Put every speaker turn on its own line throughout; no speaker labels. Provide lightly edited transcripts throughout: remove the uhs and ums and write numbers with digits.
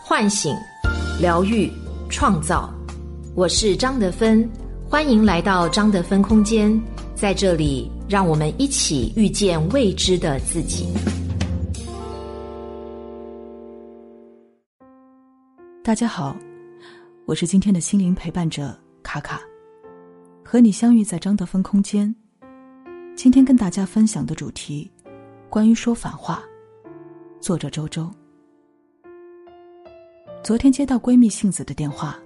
唤醒、疗愈、创造。我是张德芬，欢迎来到张德芬空间，在这里让我们一起遇见未知的自己。
大家好，我是今天的心灵陪伴者卡卡，和你相遇在张德芬空间。今天跟大家分享的主题，关于说反话，作者周周。昨天接到闺蜜杏子的电话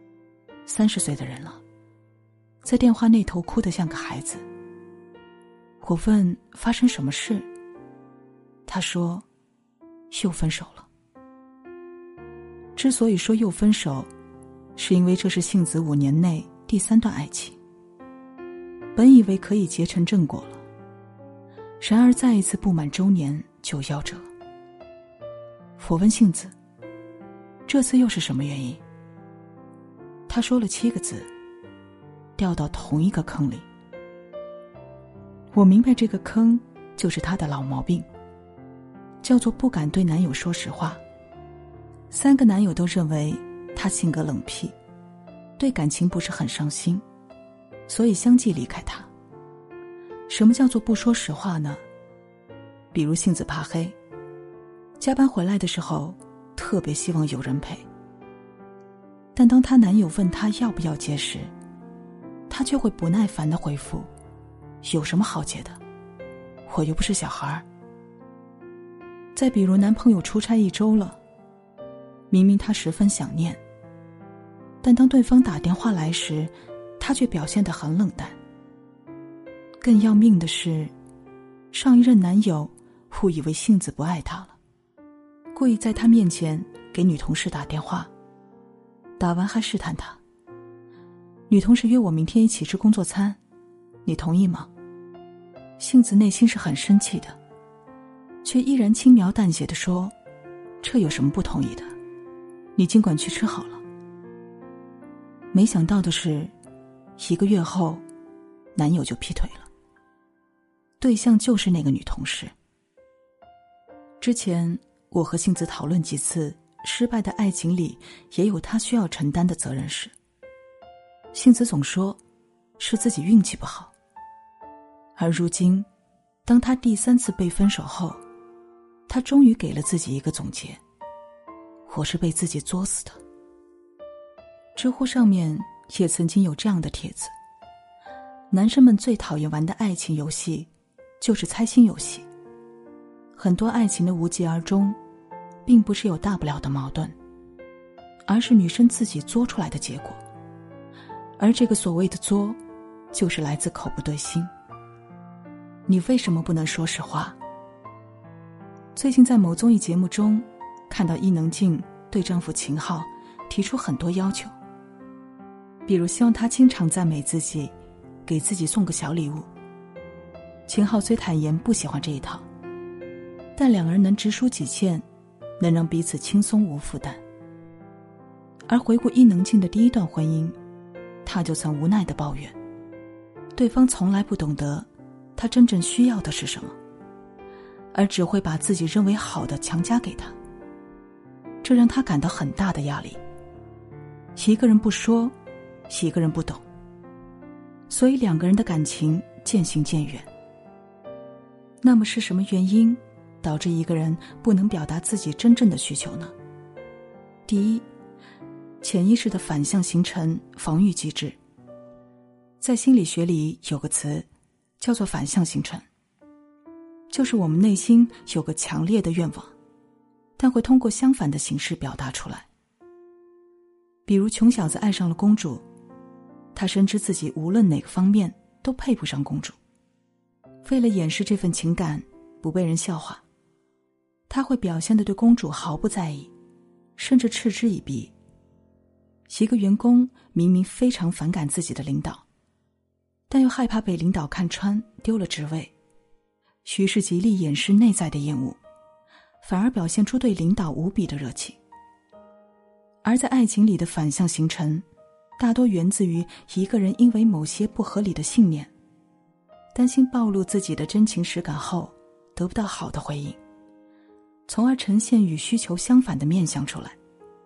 ，30岁的人了，在电话那头哭得像个孩子。我问发生什么事，她说又分手了。之所以说又分手，是因为这是杏子5年内第3段爱情，本以为可以结成正果了，然而再一次不满周年就夭折。我问杏子这次又是什么原因，她说了7个字，掉到同一个坑里。我明白这个坑就是她的老毛病，叫做不敢对男友说实话。3个男友都认为她性格冷僻，对感情不是很上心，所以相继离开她。什么叫做不说实话呢？比如杏子怕黑，加班回来的时候特别希望有人陪，但当她男友问她要不要接时，她却会不耐烦地回复，有什么好接的，我又不是小孩。再比如男朋友出差1周了，明明她十分想念，但当对方打电话来时，她却表现得很冷淡。更要命的是，上一任男友误以为杏子不爱他了，故意在他面前给女同事打电话，打完还试探他，女同事约我明天一起吃工作餐，你同意吗？杏子内心是很生气的，却依然轻描淡写地说，这有什么不同意的，你尽管去吃好了。没想到的是，1个月后男友就劈腿了，对象就是那个女同事。之前我和杏子讨论几次失败的爱情里也有她需要承担的责任时，杏子总说是自己运气不好。而如今当她第3次被分手后，她终于给了自己一个总结，我是被自己作死的。知乎上面也曾经有这样的帖子，男生们最讨厌玩的爱情游戏就是猜心游戏。很多爱情的无疾而终，并不是有大不了的矛盾，而是女生自己作出来的结果。而这个所谓的作，就是来自口不对心。你为什么不能说实话？最近在某综艺节目中看到伊能静对丈夫秦昊提出很多要求，比如希望他经常赞美自己，给自己送个小礼物。秦昊虽坦言不喜欢这一套，但2人能直抒己见，能让彼此轻松无负担。而回顾伊能静的第1段婚姻，她就曾无奈地抱怨，对方从来不懂得她真正需要的是什么，而只会把自己认为好的强加给她，这让她感到很大的压力。一个人不说，一个人不懂，所以2个人的感情渐行渐远。那么是什么原因导致一个人不能表达自己真正的需求呢？第一，潜意识的反向形成防御机制。在心理学里有个词叫做反向形成，就是我们内心有个强烈的愿望，但会通过相反的形式表达出来。比如穷小子爱上了公主，他深知自己无论哪个方面都配不上公主，为了掩饰这份情感不被人笑话，他会表现得对公主毫不在意，甚至嗤之以鼻。一个员工明明非常反感自己的领导，但又害怕被领导看穿丢了职位，于是极力掩饰内在的厌恶，反而表现出对领导无比的热情。而在爱情里的反向形成，大多源自于一个人因为某些不合理的信念，担心暴露自己的真情实感后得不到好的回应，从而呈现与需求相反的面相出来，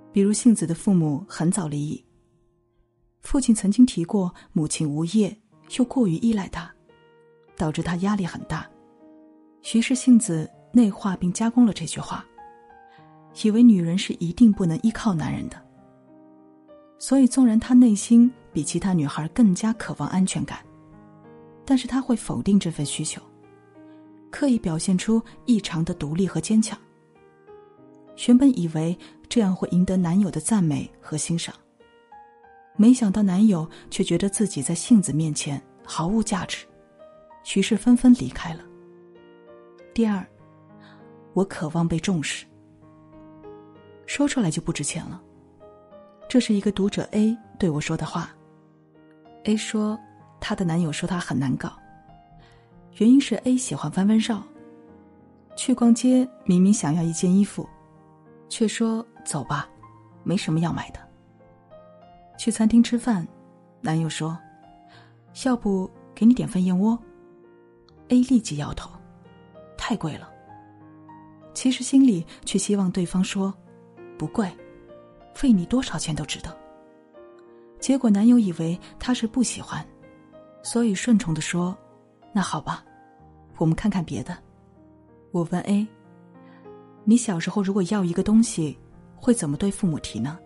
比如杏子的父母很早离异，父亲曾经提过母亲无业又过于依赖他，导致他压力很大。于是杏子内化并加工了这句话，以为女人是一定不能依靠男人的。所以纵然她内心比其他女孩更加渴望安全感，但是她会否定这份需求，刻意表现出异常的独立和坚强。原本以为这样会赢得男友的赞美和欣赏，没想到男友却觉得自己在杏子面前毫无价值，于是纷纷离开了。第二，我渴望被重视。说出来就不值钱了。这是一个读者 A 对我说的话。A 说她的男友说她很难搞，原因是 A 喜欢弯弯绕。去逛街明明想要一件衣服，却说走吧，没什么要买的。去餐厅吃饭，男友说要不给你点份燕窝。 A 立即摇头，太贵了。其实心里却希望对方说不贵，费你多少钱都值得。结果男友以为他是不喜欢，所以顺从地说那好吧，我们看看别的。我问 A， 你小时候如果要一个东西会怎么对父母提呢？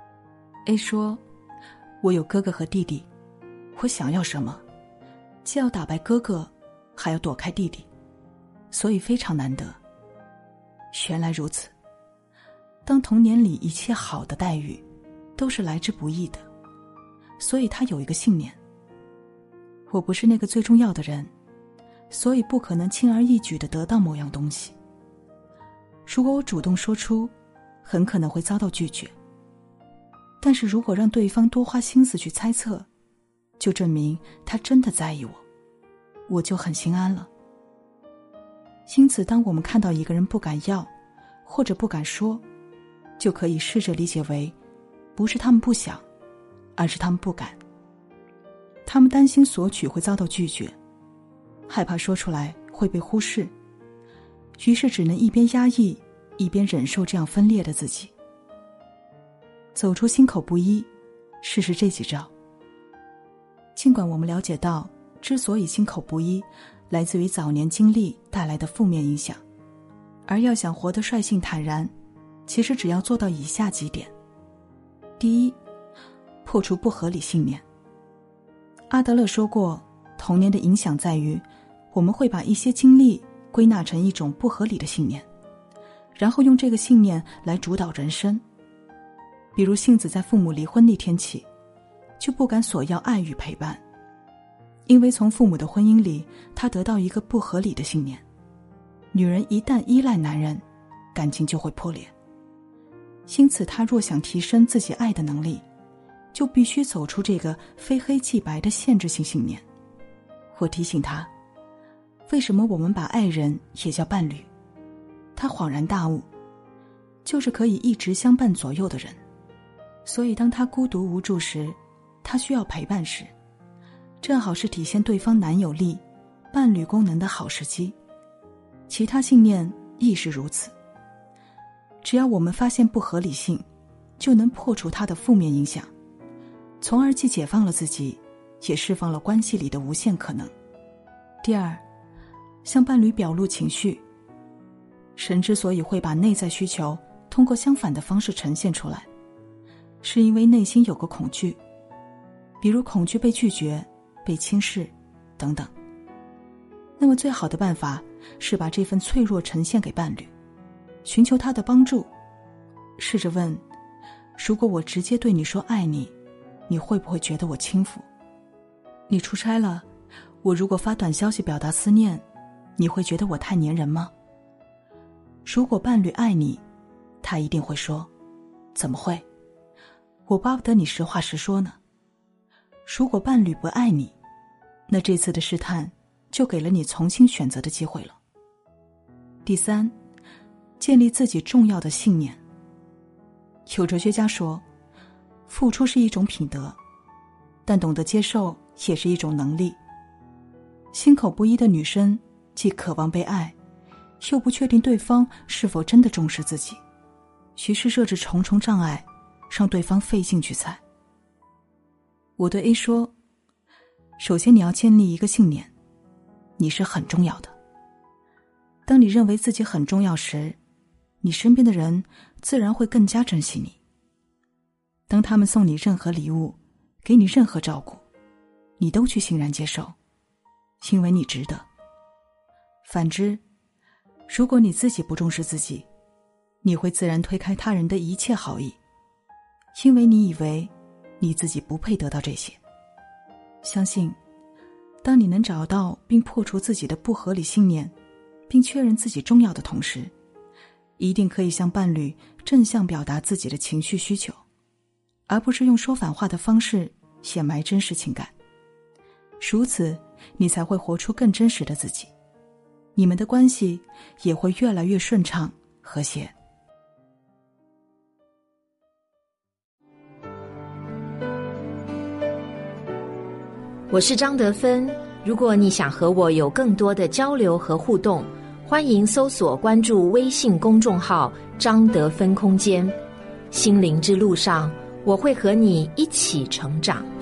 A 说我有哥哥和弟弟，我想要什么既要打败哥哥还要躲开弟弟，所以非常难得。原来如此，当童年里一切好的待遇都是来之不易的，所以他有一个信念，我不是那个最重要的人，所以不可能轻而易举地得到某样东西。如果我主动说出，很可能会遭到拒绝，但是如果让对方多花心思去猜测，就证明他真的在意我，我就很心安了。因此当我们看到一个人不敢要或者不敢说，就可以试着理解为不是他们不想，而是他们不敢。他们担心索取会遭到拒绝，害怕说出来会被忽视，于是只能一边压抑一边忍受这样分裂的自己。走出心口不一，试试这几招。尽管我们了解到之所以心口不一来自于早年经历带来的负面影响，而要想活得率性坦然，其实只要做到以下几点。第一，破除不合理信念。阿德勒说过，童年的影响在于我们会把一些经历归纳成一种不合理的信念，然后用这个信念来主导人生。比如杏子在父母离婚那天起就不敢索要爱与陪伴，因为从父母的婚姻里她得到一个不合理的信念，女人一旦依赖男人，感情就会破裂。因此她若想提升自己爱的能力，就必须走出这个非黑即白的限制性信念。我提醒她，为什么我们把爱人也叫伴侣？她恍然大悟，就是可以一直相伴左右的人。所以当她孤独无助时，她需要陪伴时，正好是体现对方男友力、伴侣功能的好时机。其他信念亦是如此。只要我们发现不合理性，就能破除它的负面影响，从而既解放了自己，也释放了关系里的无限可能。第二，向伴侣表露情绪。人之所以会把内在需求通过相反的方式呈现出来，是因为内心有个恐惧，比如恐惧被拒绝、被轻视等等。那么最好的办法是把这份脆弱呈现给伴侣，寻求他的帮助。试着问，如果我直接对你说爱你，你会不会觉得我轻浮？你出差了，我如果发短消息表达思念，你会觉得我太粘人吗？如果伴侣爱你，他一定会说，怎么会？我巴不得你实话实说呢。如果伴侣不爱你，那这次的试探就给了你重新选择的机会了。第三，建立自己重要的信念。有哲学家说，付出是一种品德，但懂得接受也是一种能力。心口不一的女生既渴望被爱，又不确定对方是否真的重视自己，于是设置重重障碍让对方费劲去猜。我对 A 说，首先你要建立一个信念，你是很重要的。当你认为自己很重要时，你身边的人自然会更加珍惜你。当他们送你任何礼物，给你任何照顾，你都去欣然接受，因为你值得。反之，如果你自己不重视自己，你会自然推开他人的一切好意，因为你以为你自己不配得到这些。相信，当你能找到并破除自己的不合理信念，并确认自己重要的同时，一定可以向伴侣正向表达自己的情绪需求，而不是用说反话的方式掩埋真实情感。如此，你才会活出更真实的自己，你们的关系也会越来越顺畅和谐。
我是张德芬，如果你想和我有更多的交流和互动，欢迎搜索关注微信公众号张德芬空间。心灵之路上，我会和你一起成长。